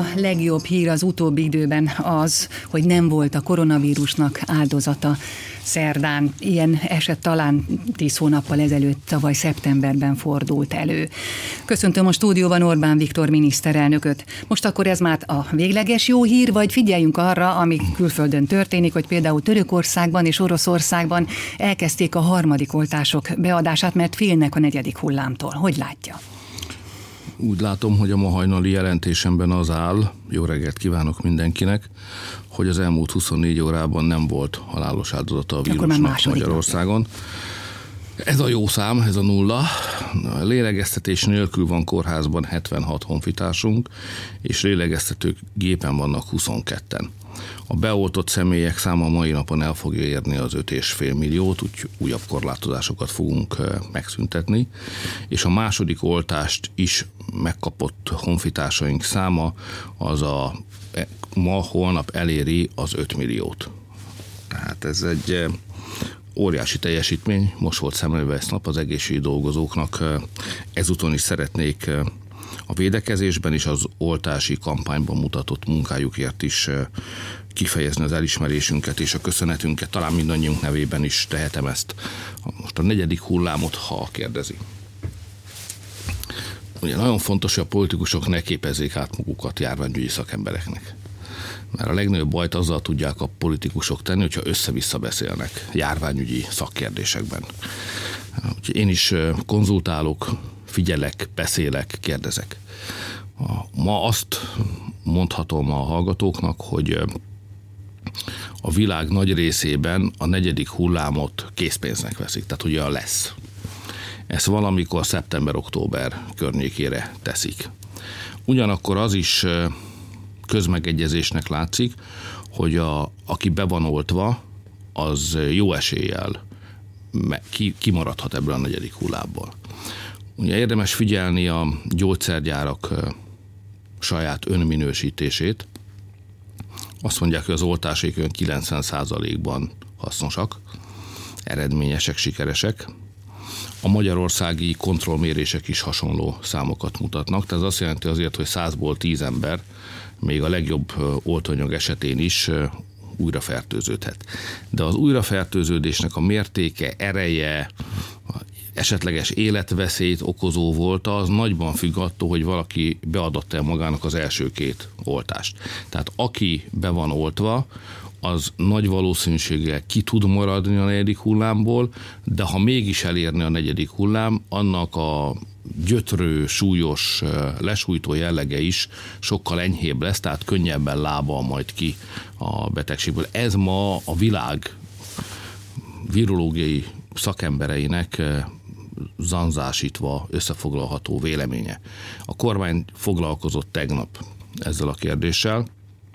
a legjobb hír az utóbbi időben az, hogy nem volt a koronavírusnak áldozata szerdán. Ilyen eset talán 10 hónappal ezelőtt, tavaly szeptemberben fordult elő. Köszöntöm a stúdióban Orbán Viktor miniszterelnököt. Most akkor ez már a végleges jó hír, vagy figyeljünk arra, ami külföldön történik, hogy például Törökországban és Oroszországban elkezdték a harmadik oltások beadását, mert félnek a negyedik hullámtól. Hogy látja? Úgy látom, hogy a ma hajnali jelentésemben az áll, jó reggelt kívánok mindenkinek, hogy az elmúlt 24 órában nem volt halálos áldozata a vírusnak Magyarországon. Ez a jó szám, ez a nulla. A lélegeztetés nélkül van kórházban 76 honfitársunk, és lélegeztető gépen vannak 22-en. A beoltott személyek száma mai napon el fogja érni az 5,5 milliót, úgyhogy újabb korlátozásokat fogunk megszüntetni, és a második oltást is megkapott honfitársaink száma az a holnap eléri az 5 milliót. Tehát ez egy óriási teljesítmény, most volt szemlélvesztnap az egészségügyi dolgozóknak. Ezúton is szeretnék a védekezésben és az oltási kampányban mutatott munkájukért is kifejezni az elismerésünket és a köszönetünket, talán mindannyiunk nevében is tehetem ezt. Most a negyedik hullámot, ha kérdezi. Ugye nagyon fontos, hogy a politikusok ne képezzék át magukat járványügyi szakembereknek. Mert a legnagyobb bajt azzal tudják a politikusok tenni, hogyha össze-vissza beszélnek járványügyi szakkérdésekben. Úgyhogy én is konzultálok, figyelek, beszélek, kérdezek. Ma azt mondhatom a hallgatóknak, hogy a világ nagy részében a negyedik hullámot készpénznek veszik, tehát ugye lesz. Ezt valamikor szeptember-október környékére teszik. Ugyanakkor az is közmegegyezésnek látszik, hogy aki be van oltva, az jó eséllyel kimaradhat ebből a negyedik hullámból. Ugye érdemes figyelni a gyógyszergyárak saját önminősítését. Azt mondják, hogy az oltásék 90%-ban hasznosak, eredményesek, sikeresek. A magyarországi kontrollmérések is hasonló számokat mutatnak, tehát ez azt jelenti azért, hogy 100-ból 10 ember még a legjobb oltóanyag esetén is újra fertőződhet. De az újrafertőződésnek a mértéke, ereje, esetleges életveszélyt okozó volt, az nagyban függ attól, hogy valaki beadatta magának az első 2 oltást. Tehát aki be van oltva, az nagy valószínűséggel ki tud maradni a negyedik hullámból, de ha mégis elérni a negyedik hullám, annak a gyötrő, súlyos, lesújtó jellege is sokkal enyhébb lesz, tehát könnyebben lábal majd ki a betegségből. Ez ma a világ virológiai szakembereinek zanzásítva összefoglalható véleménye. A kormány foglalkozott tegnap ezzel a kérdéssel,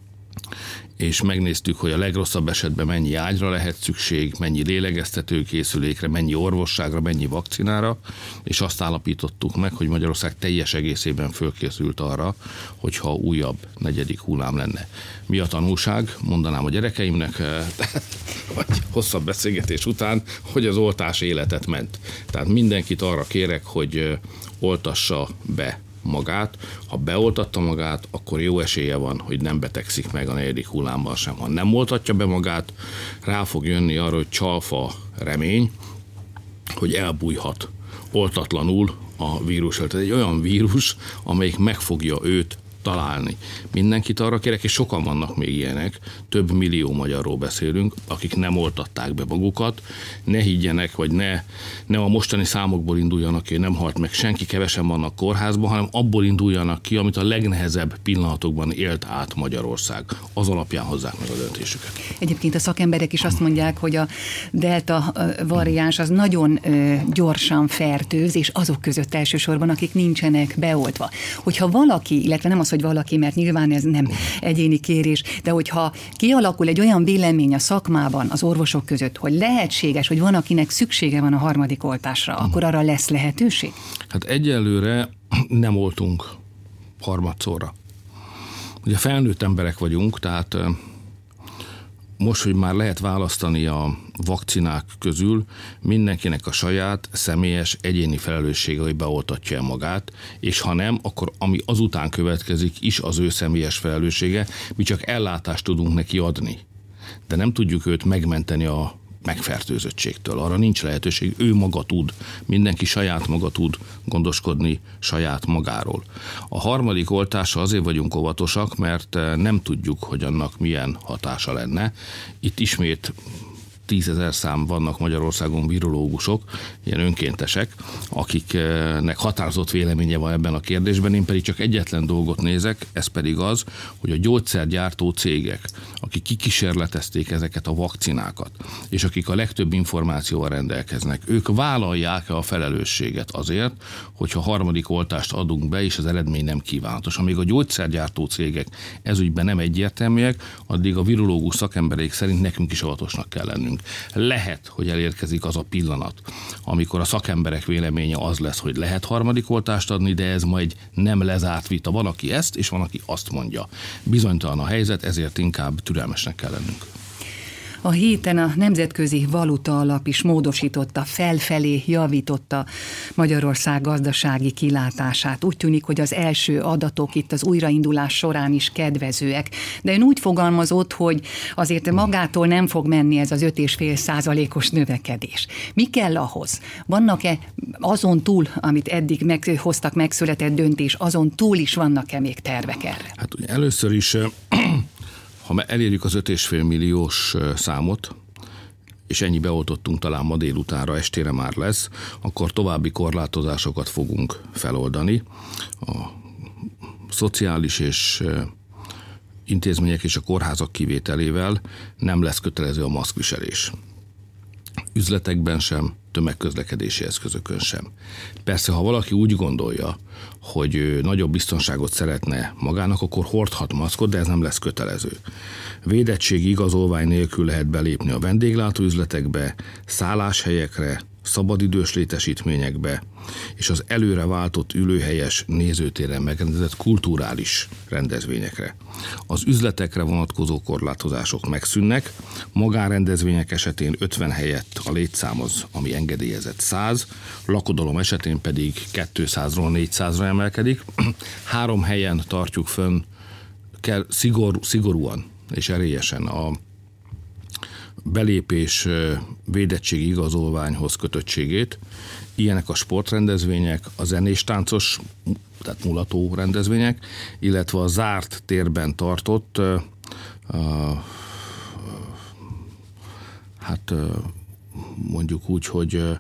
és megnéztük, hogy a legrosszabb esetben mennyi ágyra lehet szükség, mennyi lélegeztetőkészülékre, mennyi orvosságra, mennyi vakcinára, és azt állapítottuk meg, hogy Magyarország teljes egészében fölkészült arra, hogyha újabb negyedik hullám lenne. Mi a tanulság? Mondanám a gyerekeimnek, vagy hosszabb beszélgetés után, hogy az oltás életet ment. Tehát mindenkit arra kérek, hogy oltassa be magát. Ha beoltatta magát, akkor jó esélye van, hogy nem betegszik meg a negyedik hullámban sem. Ha nem oltatja be magát, rá fog jönni arra, hogy csalfa remény, hogy elbújhat oltatlanul a vírus. Ez egy olyan vírus, amelyik meg fogja őt találni. Mindenkit arra kérek, és sokan vannak még ilyenek, több millió magyarról beszélünk, akik nem oltatták be magukat, ne higgyenek, vagy ne a mostani számokból induljanak ki, hogy nem halt meg senki, kevesen vannak kórházban, hanem abból induljanak ki, amit a legnehezebb pillanatokban élt át Magyarország. Az alapján hozzák meg a döntésüket. Egyébként a szakemberek is azt mondják, hogy a delta variáns az nagyon gyorsan fertőz, és azok között elsősorban, akik nincsenek beoltva. Hogyha valaki, illetve nem az, hogy valaki, mert nyilván ez nem egyéni kérés, de hogyha kialakul egy olyan vélemény a szakmában, az orvosok között, hogy lehetséges, hogy van, akinek szüksége van a harmadik oltásra, akkor arra lesz lehetőség? Hát egyelőre nem oltunk harmadszorra. Ugye felnőtt emberek vagyunk, tehát most, hogy már lehet választani a vakcinák közül mindenkinek a saját személyes egyéni felelőssége, hogy beoltatja magát, és ha nem, akkor ami azután következik is az ő személyes felelőssége, mi csak ellátást tudunk neki adni. De nem tudjuk őt megmenteni a megfertőzöttségtől. Arra nincs lehetőség, ő maga tud, mindenki saját maga tud gondoskodni saját magáról. A harmadik oltással azért vagyunk óvatosak, mert nem tudjuk, hogy annak milyen hatása lenne. Itt ismét 10 000 szám vannak Magyarországon virológusok, ilyen önkéntesek, akiknek határozott véleménye van ebben a kérdésben, én pedig csak egyetlen dolgot nézek, ez pedig az, hogy a gyógyszergyártó cégek, akik kikísérletezték ezeket a vakcinákat, és akik a legtöbb információval rendelkeznek, ők vállalják a felelősséget azért, hogyha harmadik oltást adunk be, és az eredmény nem kívánatos. Amíg a gyógyszergyártó cégek ezügyben nem egyértelműek, addig a virológus szakembereik szerint nekünk is óvatosnak kell lennünk. Lehet, hogy elérkezik az a pillanat, amikor a szakemberek véleménye az lesz, hogy lehet harmadik oltást adni, de ez majd nem lezárt vita. Van, aki ezt, és van, aki azt mondja. Bizonytalan a helyzet, ezért inkább türelmesnek kell lennünk. A héten a Nemzetközi Valuta Alap is módosította, felfelé javította Magyarország gazdasági kilátását. Úgy tűnik, hogy az első adatok itt az újraindulás során is kedvezőek. De ön úgy fogalmazott, hogy azért magától nem fog menni ez az 5,5%-os növekedés. Mi kell ahhoz? Vannak-e azon túl, amit eddig meghoztak, megszületett döntés, azon túl is vannak-e még tervek erre? Hát ugye először is... Ha elérjük az 5,5 milliós számot, és ennyi beoltottunk, talán ma délutánra, estére már lesz, akkor további korlátozásokat fogunk feloldani. A szociális és intézmények és a kórházak kivételével nem lesz kötelező a maszkviselés. Üzletekben sem, tömegközlekedési eszközökön sem. Persze, ha valaki úgy gondolja, hogy nagyobb biztonságot szeretne magának, akkor hordhat maszkot, de ez nem lesz kötelező. Védettségi igazolvány nélkül lehet belépni a vendéglátóüzletekbe, szálláshelyekre, szabadidős létesítményekbe, és az előre váltott ülőhelyes nézőtéren megrendezett kulturális rendezvényekre. Az üzletekre vonatkozó korlátozások megszűnnek, magánrendezvények esetén 50 helyett a létszám az, ami engedélyezett 100, lakodalom esetén pedig 200-ról 400-ra emelkedik. 3 helyen tartjuk fönn kell szigorúan és erélyesen a belépés védettségi igazolványhoz kötöttségét. Ilyenek a sportrendezvények, a zenés-táncos, tehát mulató rendezvények, illetve a zárt térben tartott mondjuk úgy,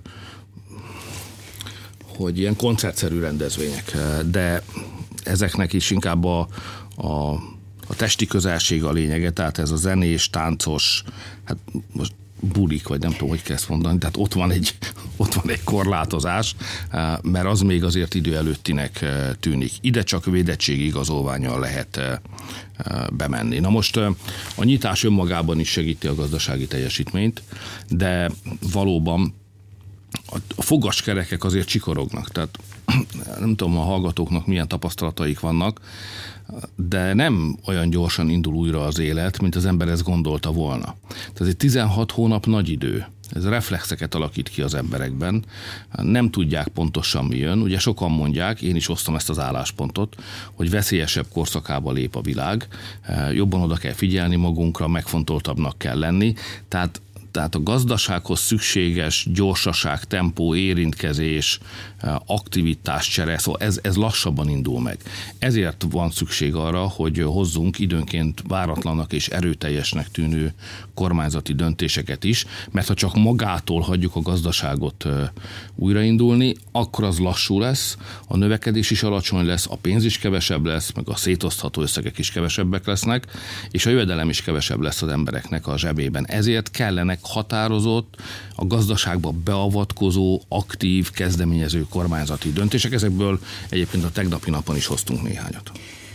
hogy ilyen koncertszerű rendezvények, de ezeknek is inkább a testi közelség a lényege, tehát ez a zenés, táncos, hát most bulik, vagy nem tudom, hogy kell ezt mondani, tehát ott van egy korlátozás, mert az még azért idő előttinek tűnik. Ide csak védettségi igazolvánnyal lehet bemenni. Na most a nyitás önmagában is segíti a gazdasági teljesítményt, de valóban a fogaskerekek azért csikorognak, tehát nem tudom, a hallgatóknak milyen tapasztalataik vannak, de nem olyan gyorsan indul újra az élet, mint az ember ezt gondolta volna. Tehát egy 16 hónap nagy idő. Ez reflexeket alakít ki az emberekben. Nem tudják pontosan mi jön. Ugye sokan mondják, én is osztom ezt az álláspontot, hogy veszélyesebb korszakába lép a világ. Jobban oda kell figyelni magunkra, megfontoltabbnak kell lenni. Tehát a gazdasághoz szükséges gyorsaság, tempó, érintkezés, aktivitáscsere, szóval ez lassabban indul meg. Ezért van szükség arra, hogy hozzunk időnként váratlanak és erőteljesnek tűnő kormányzati döntéseket is, mert ha csak magától hagyjuk a gazdaságot újraindulni, akkor az lassú lesz, a növekedés is alacsony lesz, a pénz is kevesebb lesz, meg a szétosztható összegek is kevesebbek lesznek, és a jövedelem is kevesebb lesz az embereknek a zsebében. Ezért kellenek határozott, a gazdaságba beavatkozó, aktív, kezdeményező kormányzati döntések. Ezekből egyébként a tegnapi napon is hoztunk néhányat.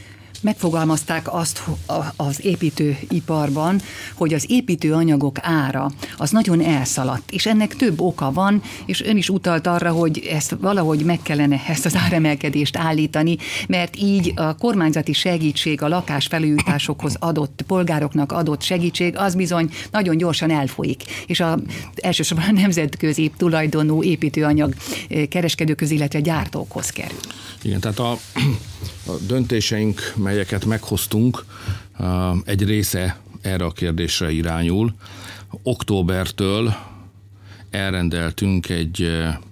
megfogalmazták azt az építőiparban, hogy az építőanyagok ára az nagyon elszaladt, és ennek több oka van, és ön is utalt arra, hogy ezt valahogy meg kellene ezt az áremelkedést állítani, mert így a kormányzati segítség, a lakásfelújításokhoz adott, polgároknak adott segítség, az bizony nagyon gyorsan elfolyik, és elsősorban a nemzetközi tulajdonú építőanyag kereskedőköz, illetve gyártókhoz kerül. Igen, tehát a döntéseink, melyeket meghoztunk, egy része erre a kérdésre irányul. Októbertől elrendeltünk egy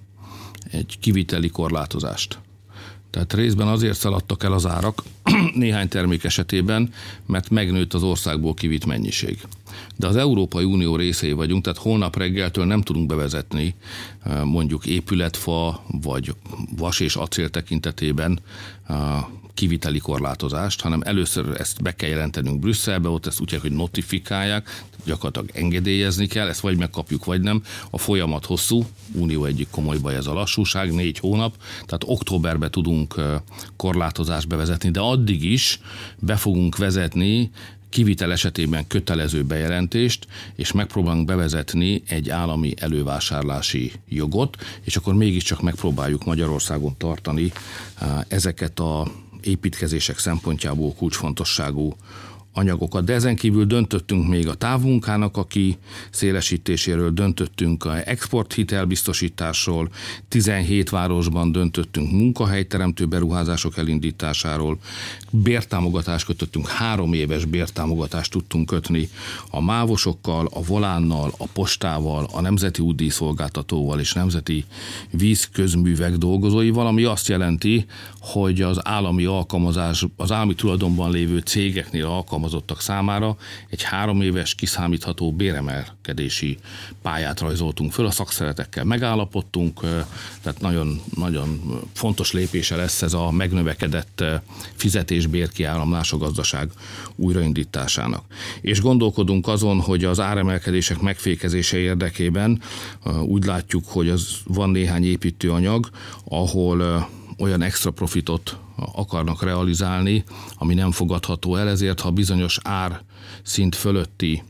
kiviteli korlátozást. Tehát részben azért szaladtak el az árak néhány termék esetében, mert megnőtt az országból kivitt mennyiség. De az Európai Unió részei vagyunk, tehát holnap reggeltől nem tudunk bevezetni mondjuk épületfa vagy vas és acél tekintetében kiviteli korlátozást, hanem először ezt be kell jelentenünk Brüsszelbe, ott ezt úgy, hogy notifikálják, gyakorlatilag engedélyezni kell, ezt vagy megkapjuk, vagy nem. A folyamat hosszú, Unió egyik komoly baj ez a lassúság, 4 hónap, tehát októberben tudunk korlátozást bevezetni, de addig is be fogunk vezetni kivitel esetében kötelező bejelentést, és megpróbálunk bevezetni egy állami elővásárlási jogot, és akkor mégiscsak megpróbáljuk Magyarországon tartani ezeket a építkezések szempontjából kulcsfontosságú anyagokat. De ezen kívül döntöttünk még a távmunkának a kiszélesítéséről, döntöttünk a exporthitelbiztosításról, 17 városban döntöttünk munkahelyteremtő beruházások elindításáról, bértámogatást kötöttünk, 3 éves bértámogatást tudtunk kötni a mávosokkal, a volánnal, a postával, a Nemzeti Útdíjszolgáltatóval és Nemzeti Vízközművek dolgozóival, ami azt jelenti, hogy az állami alkalmazás, az állami tulajdonban lévő cégeknél alkalmazottak számára egy 3 éves kiszámítható béremelkedési pályát rajzoltunk föl, a szakszervezetekkel megállapodtunk, tehát nagyon, nagyon fontos lépése lesz ez a megnövekedett fizetésbérkiáramlás a gazdaság újraindításának. És gondolkodunk azon, hogy az áremelkedések megfékezése érdekében úgy látjuk, hogy van néhány építőanyag, ahol olyan extra profitot akarnak realizálni, ami nem fogadható el, ezért ha bizonyos ár szint fölötti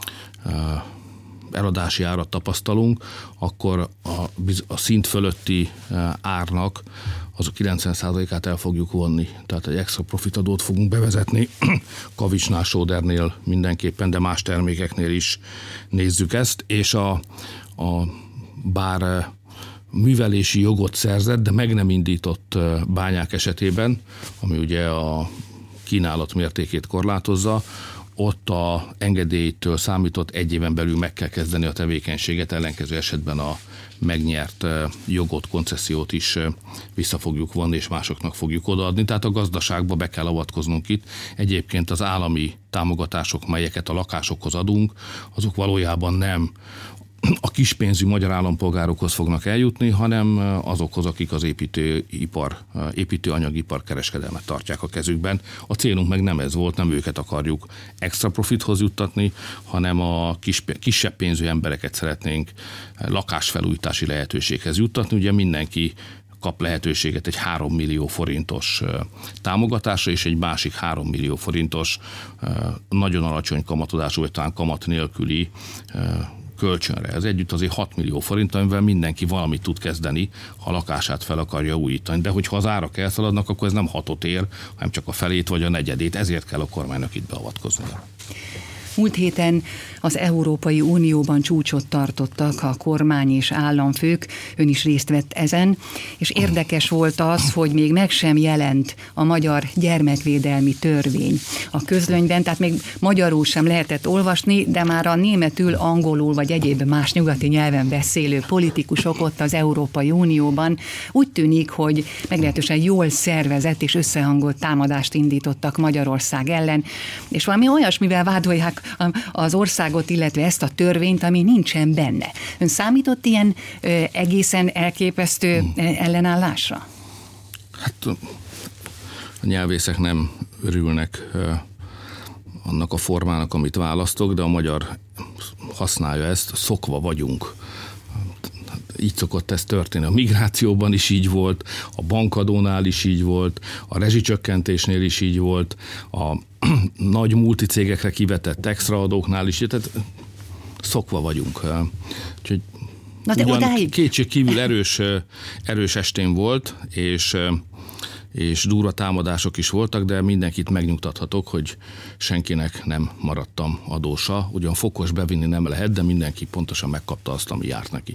eladási árat tapasztalunk, akkor a szint fölötti árnak az a 90%-át el fogjuk vonni. Tehát egy extra profitadót fogunk bevezetni, kavicsnál, sódernél mindenképpen, de más termékeknél is nézzük ezt, és bár művelési jogot szerzett, de meg nem indított bányák esetében, ami ugye a kínálat mértékét korlátozza, ott a engedélytől számított 1 éven belül meg kell kezdeni a tevékenységet, ellenkező esetben a megnyert jogot, koncesziót is vissza fogjuk vonni, és másoknak fogjuk odaadni. Tehát a gazdaságba be kell avatkoznunk itt. Egyébként az állami támogatások, melyeket a lakásokhoz adunk, azok valójában nem a kispénzű magyar állampolgárokhoz fognak eljutni, hanem azokhoz, akik az építőanyagipar kereskedelmet tartják a kezükben. A célunk meg nem ez volt, nem őket akarjuk extra profithoz juttatni, hanem a kisebb pénzű embereket szeretnénk lakásfelújítási lehetőséghez juttatni. Ugye mindenki kap lehetőséget egy 3 millió forintos támogatásra, és egy másik 3 millió forintos nagyon alacsony kamatodású, vagy talán kamat nélküli kölcsönre. Ez együtt azért 6 millió forint, amivel mindenki valamit tud kezdeni, ha a lakását fel akarja újítani. De hogyha az árak elszaladnak, akkor ez nem 6-ot ér, hanem csak a felét vagy a negyedét. Ezért kell a kormánynak itt beavatkoznia. Múlt héten az Európai Unióban csúcsot tartottak a kormány és államfők, ön is részt vett ezen, és érdekes volt az, hogy még meg sem jelent a magyar gyermekvédelmi törvény a közlönyben, tehát még magyarul sem lehetett olvasni, de már a németül, angolul vagy egyéb más nyugati nyelven beszélő politikusok ott az Európai Unióban úgy tűnik, hogy meglehetősen jól szervezett és összehangolt támadást indítottak Magyarország ellen, és valami olyasmivel vádolják az országot, illetve ezt a törvényt, ami nincsen benne. Ön számított ilyen egészen elképesztő ellenállásra? Hát a nyelvészek nem örülnek annak a formának, amit választok, de a magyar használja ezt, szokva vagyunk. így szokott ez történni. A migrációban is így volt, a bankadónál is így volt, a rezsicsökkentésnél is így volt, a nagy multicégekre kivetett extraadóknál is, tehát szokva vagyunk. Úgyhogy kétségkívül erős estén volt, és durva támadások is voltak, de mindenkit megnyugtathatok, hogy senkinek nem maradtam adósa. Ugyan fokos bevinni nem lehet, de mindenki pontosan megkapta azt, ami járt neki.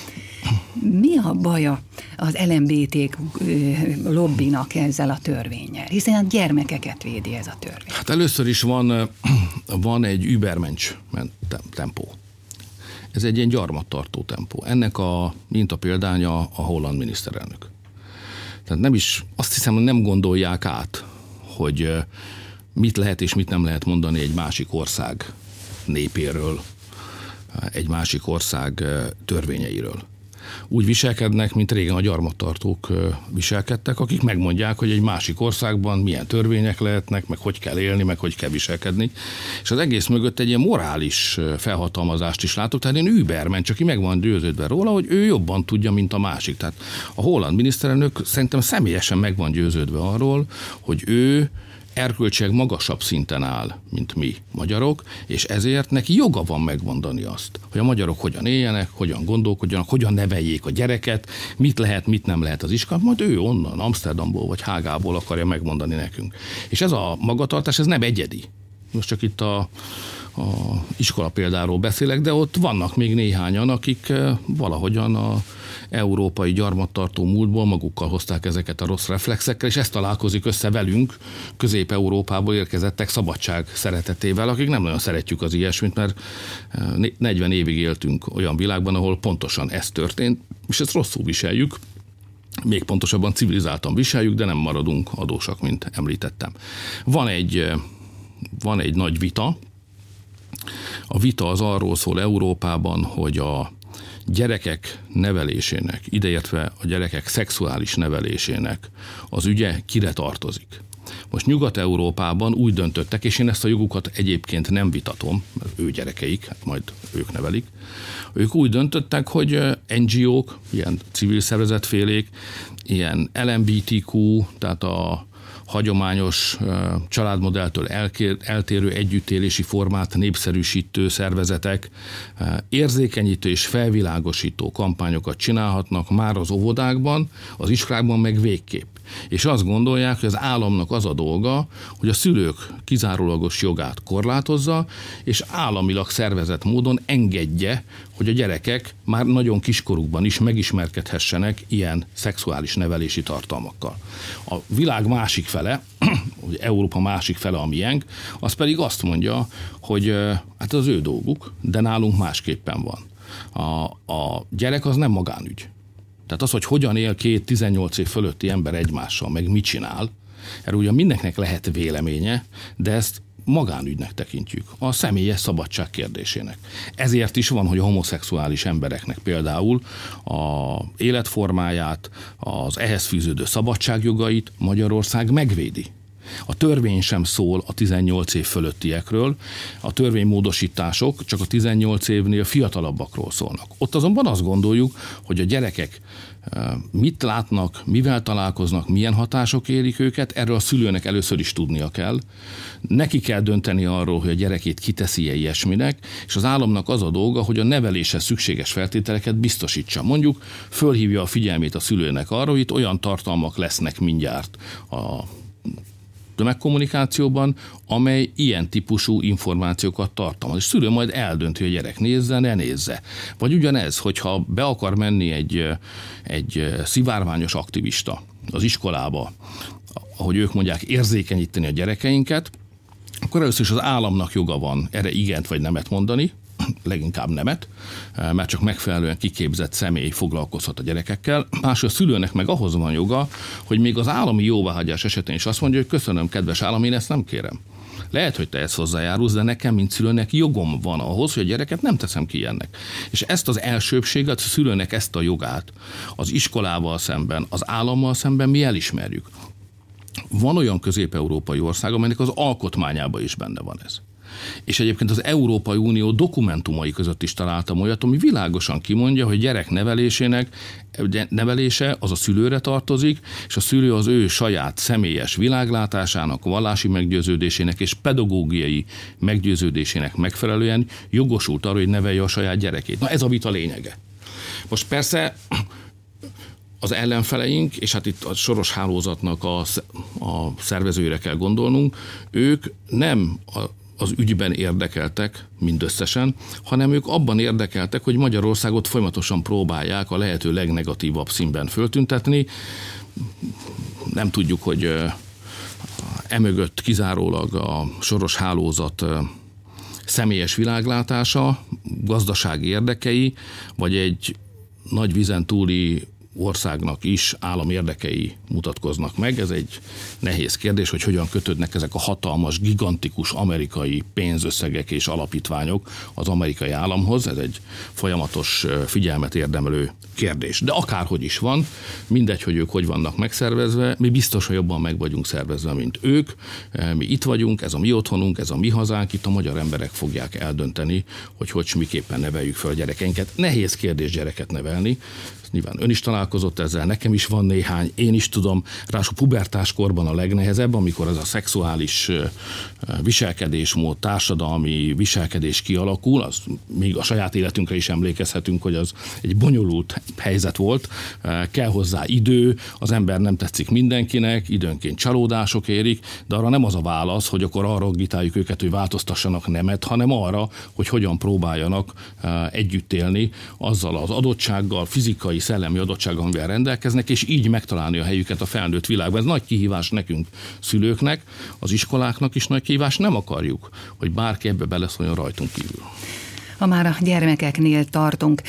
Mi a baja az LMBT lobbinak ezzel a törvénnyel? Hiszen a gyermekeket védi ez a törvény. Hát először is van egy übermensch tempó. Ez egy ilyen gyarmattartó tempó. Ennek a mintapéldánya a holland miniszterelnök. Tehát nem is, azt hiszem, hogy nem gondolják át, hogy mit lehet és mit nem lehet mondani egy másik ország népéről, egy másik ország törvényeiről. Úgy viselkednek, mint régen a gyarmattartók viselkedtek, akik megmondják, hogy egy másik országban milyen törvények lehetnek, meg hogy kell élni, meg hogy kell viselkedni. És az egész mögött egy ilyen morális felhatalmazást is látok, tehát én übermensch, aki meg van győződve róla, hogy ő jobban tudja, mint a másik. Tehát a holland miniszterelnök szerintem személyesen meg van győződve arról, hogy ő erkölcsileg magasabb szinten áll, mint mi magyarok, és ezért neki joga van megmondani azt, hogy a magyarok hogyan éljenek, hogyan gondolkodjanak, hogyan neveljék a gyereket, mit lehet, mit nem lehet az iskolában, majd ő onnan, Amsterdamból vagy Hágából akarja megmondani nekünk. És ez a magatartás, ez nem egyedi. Most csak itt a iskola példáról beszélek, de ott vannak még néhányan, akik valahogyan a európai gyarmattartó múltból magukkal hozták ezeket a rossz reflexekkel, és ezt találkozik össze velünk, Közép-Európából érkezettek szabadság szeretetével, akik nem nagyon szeretjük az ilyesmit, mert 40 évig éltünk olyan világban, ahol pontosan ez történt, és ezt rosszul viseljük, még pontosabban civilizáltan viseljük, de nem maradunk adósak, mint említettem. Van egy nagy vita. A vita az arról szól Európában, hogy a gyerekek nevelésének, ideértve a gyerekek szexuális nevelésének az ügye kire tartozik. Most Nyugat-Európában úgy döntöttek, és én ezt a jogukat egyébként nem vitatom, mert ő gyerekeik, hát majd ők nevelik, ők úgy döntöttek, hogy NGO-k, ilyen civil szervezetfélék, ilyen LMBTQ, tehát a hagyományos családmodelltől eltérő együttélési formát népszerűsítő szervezetek érzékenyítő és felvilágosító kampányokat csinálhatnak már az óvodákban, az iskolákban meg végképp. És azt gondolják, hogy az államnak az a dolga, hogy a szülők kizárólagos jogát korlátozza, és államilag szervezett módon engedje, hogy a gyerekek már nagyon kiskorukban is megismerkedhessenek ilyen szexuális nevelési tartalmakkal. A világ másik fele, Európa másik fele, a miénk, az pedig azt mondja, hogy hát az ő dolguk, de nálunk másképpen van. A gyerek az nem magánügy. Tehát az, hogy hogyan él két 18 év fölötti ember egymással, meg mit csinál, erről ugyan mindenkinek lehet véleménye, de ezt magánügynek tekintjük, a személyes szabadság kérdésének. Ezért is van, hogy a homoszexuális embereknek például a életformáját, az ehhez fűződő szabadságjogait Magyarország megvédi. A törvény sem szól a 18 év fölöttiekről, a törvénymódosítások csak a 18 évnél fiatalabbakról szólnak. Ott azonban azt gondoljuk, hogy a gyerekek mit látnak, mivel találkoznak, milyen hatások érik őket, erről a szülőnek először is tudnia kell. Neki kell dönteni arról, hogy a gyerekét kiteszi-e ilyesminek, és az államnak az a dolga, hogy a neveléshez szükséges feltételeket biztosítsa. Mondjuk fölhívja a figyelmét a szülőnek arra, hogy itt olyan tartalmak lesznek mindjárt a tömegkommunikációban, amely ilyen típusú információkat tartalmaz. És szülő majd eldönti, hogy a gyerek nézze, ne nézze. Vagy ugyanez, hogyha be akar menni egy szivárványos aktivista az iskolába, ahogy ők mondják, érzékenyíteni a gyerekeinket, akkor először is az államnak joga van erre igent vagy nemet mondani, leginkább nemet, mert csak megfelelően kiképzett személy foglalkozhat a gyerekekkel. Másrészt a szülőnek meg ahhoz van joga, hogy még az állami jóváhagyás esetén is azt mondja, hogy köszönöm, kedves állam, én ezt nem kérem. Lehet, hogy te ezt hozzájárulsz, de nekem, mint szülőnek jogom van ahhoz, hogy a gyereket nem teszem ki ennek. És ezt az elsőbséget, a szülőnek ezt a jogát az iskolával szemben, az állammal szemben mi elismerjük. Van olyan közép-európai ország, amelynek az alkotmányában is benne van ez. És egyébként az Európai Unió dokumentumai között is találtam olyat, ami világosan kimondja, hogy gyerek nevelése az a szülőre tartozik, és a szülő az ő saját személyes világlátásának, vallási meggyőződésének és pedagógiai meggyőződésének megfelelően jogosult arra, hogy nevelje a saját gyerekét. Na ez a vita lényege. Most persze az ellenfeleink, és hát itt a Soros hálózatnak a szervezőire kell gondolnunk, ők nem az ügyben érdekeltek mindösszesen, hanem ők abban érdekeltek, hogy Magyarországot folyamatosan próbálják a lehető legnegatívabb színben föltüntetni. Nem tudjuk, hogy emögött kizárólag a Soros hálózat személyes világlátása, gazdasági érdekei, vagy egy nagy vízen túli országnak is állami érdekei mutatkoznak meg. Ez egy nehéz kérdés, hogy hogyan kötődnek ezek a hatalmas, gigantikus amerikai pénzösszegek és alapítványok az amerikai államhoz. Ez egy folyamatos figyelmet érdemelő kérdés. De akárhogy is van, mindegy, hogy ők hogy vannak megszervezve, mi biztos, hogy jobban meg vagyunk szervezve, mint ők. Mi itt vagyunk, ez a mi otthonunk, ez a mi hazánk, itt a magyar emberek fogják eldönteni, hogy miképpen neveljük fel a gyerekeinket. Nehéz kérdés gyereket nevelni. Nyilván ön is találkozott ezzel, nekem is van néhány, én is tudom, ráadásul pubertáskorban a legnehezebb, amikor ez a szexuális viselkedésmód, társadalmi viselkedés kialakul, az még a saját életünkre is emlékezhetünk, hogy az egy bonyolult helyzet volt, kell hozzá idő, az ember nem tetszik mindenkinek, időnként csalódások érik, de arra nem az a válasz, hogy akkor arra agitáljuk őket, hogy változtassanak nemet, hanem arra, hogy hogyan próbáljanak együtt élni azzal az adottsággal, fizikai, szellemi adottsággal, amivel rendelkeznek, és így megtalálni a helyüket a felnőtt világban. Ez nagy kihívás nekünk, szülőknek, az iskoláknak is nagy kihívás. Nem akarjuk, hogy bárki ebbe beleszóljon rajtunk kívül. Ha már a gyermekeknél tartunk,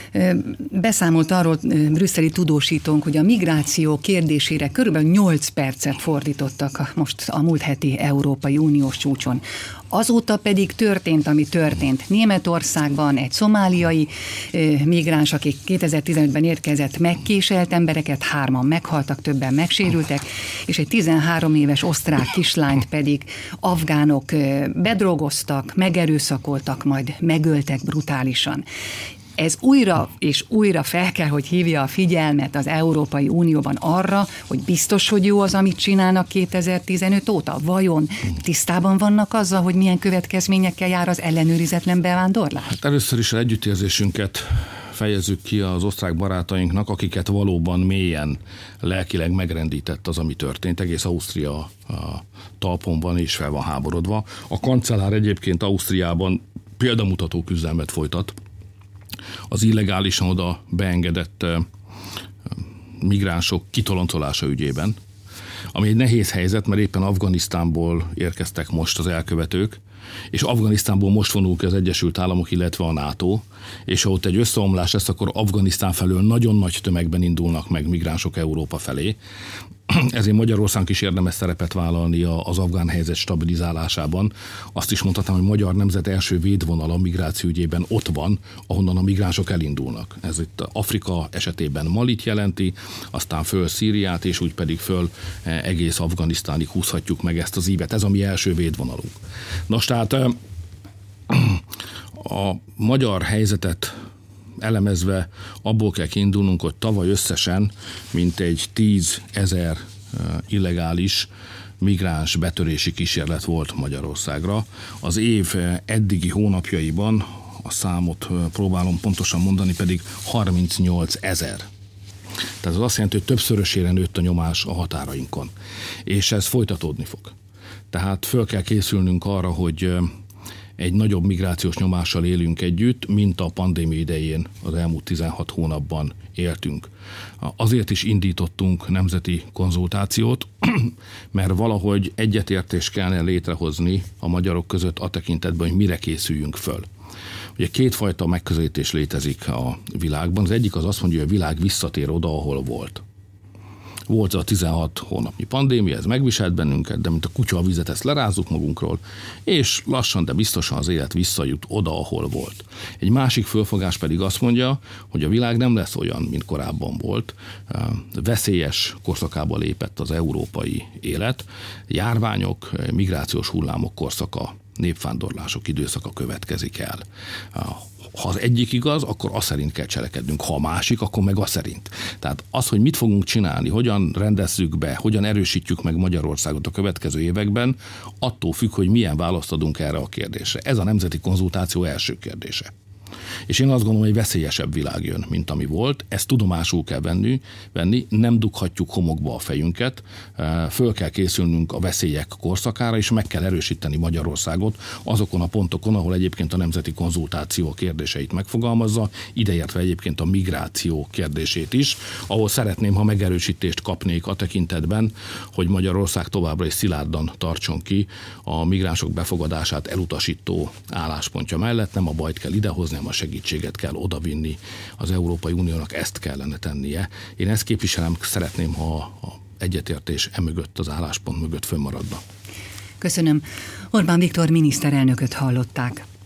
beszámolt arról brüsszeli tudósítónk, hogy a migráció kérdésére körülbelül 8 percet fordítottak most a múlt heti Európai Uniós csúcson. Azóta pedig történt, ami történt. Németországban egy szomáliai migráns, aki 2015-ben érkezett, megkéselt embereket, 3-an meghaltak, többen megsérültek, és egy 13 éves osztrák kislányt pedig afgánok bedrogoztak, megerőszakoltak, majd megöltek brutálisan. Ez újra és újra fel kell, hogy hívja a figyelmet az Európai Unióban arra, hogy biztos, hogy jó az, amit csinálnak 2015 óta? Vajon tisztában vannak azzal, hogy milyen következményekkel jár az ellenőrizetlen bevándorlás? Hát először is az együttérzésünket fejezzük ki az osztrák barátainknak, akiket valóban mélyen lelkileg megrendített az, ami történt. Egész Ausztria a talpon van és fel van háborodva. A kancellár egyébként Ausztriában példamutató küzdelmet folytat az illegálisan oda beengedett migránsok kitoloncolása ügyében, ami egy nehéz helyzet, mert éppen Afganisztánból érkeztek most az elkövetők, és Afganisztánból most vonul ki az Egyesült Államok, illetve a NATO, és ha ott egy összeomlás lesz, akkor Afganisztán felől nagyon nagy tömegben indulnak meg migránsok Európa felé. Ezért Magyarország is érdemes szerepet vállalni az afgán helyzet stabilizálásában. Azt is mondhatnám, hogy magyar nemzet első védvonala a migráció ügyében ott van, ahonnan a migránsok elindulnak. Ez itt Afrika esetében Malit jelenti, aztán föl Szíriát, és úgy pedig föl egész Afganisztánig húzhatjuk meg ezt az ívet. Ez a mi első védvonalunk. Nos, tehát a magyar helyzetet elemezve abból kell kiindulnunk, hogy tavaly összesen mintegy 10 000 illegális migráns betörési kísérlet volt Magyarországra. Az év eddigi hónapjaiban, a számot próbálom pontosan mondani, pedig 38 000. Tehát az azt jelenti, hogy többszörösére nőtt a nyomás a határainkon. És ez folytatódni fog. Tehát föl kell készülnünk arra, hogy egy nagyobb migrációs nyomással élünk együtt, mint a pandémia idején az elmúlt 16 hónapban éltünk. Azért is indítottunk nemzeti konzultációt, mert valahogy egyetértést kellene létrehozni a magyarok között a tekintetben, hogy mire készüljünk föl. Ugye kétfajta megközelítés létezik a világban. Az egyik az azt mondja, hogy a világ visszatér oda, ahol volt. Volt a 16 hónapnyi pandémia, ez megviselt bennünket, de mint a kutya a vizet, ezt lerázzuk magunkról, és lassan, de biztosan az élet visszajut oda, ahol volt. Egy másik fölfogás pedig azt mondja, hogy a világ nem lesz olyan, mint korábban volt. Veszélyes korszakába lépett az európai élet. Járványok, migrációs hullámok korszaka népvándorlások időszaka következik el. Ha az egyik igaz, akkor az szerint kell cselekednünk, ha a másik, akkor meg az szerint. Tehát az, hogy mit fogunk csinálni, hogyan rendezzük be, hogyan erősítjük meg Magyarországot a következő években, attól függ, hogy milyen választ adunk erre a kérdésre. Ez a nemzeti konzultáció első kérdése. És én azt gondolom, hogy veszélyesebb világ jön, mint ami volt. Ezt tudomásul kell venni, nem dughatjuk homokba a fejünket, föl kell készülnünk a veszélyek korszakára, és meg kell erősíteni Magyarországot azokon a pontokon, ahol egyébként a nemzeti konzultáció a kérdéseit megfogalmazza, ideértve egyébként a migráció kérdését is, ahol szeretném, ha megerősítést kapnék a tekintetben, hogy Magyarország továbbra is szilárdan tartson ki a migránsok befogadását elutasító álláspontja mellett, nem a bajt kell idehozni, a segítséget kell odavinni, az Európai Uniónak ezt kellene tennie. Én ezt képviselem, szeretném, ha a egyetértés emögött, az álláspont mögött fönnmaradna. Köszönöm. Orbán Viktor miniszterelnököt hallották.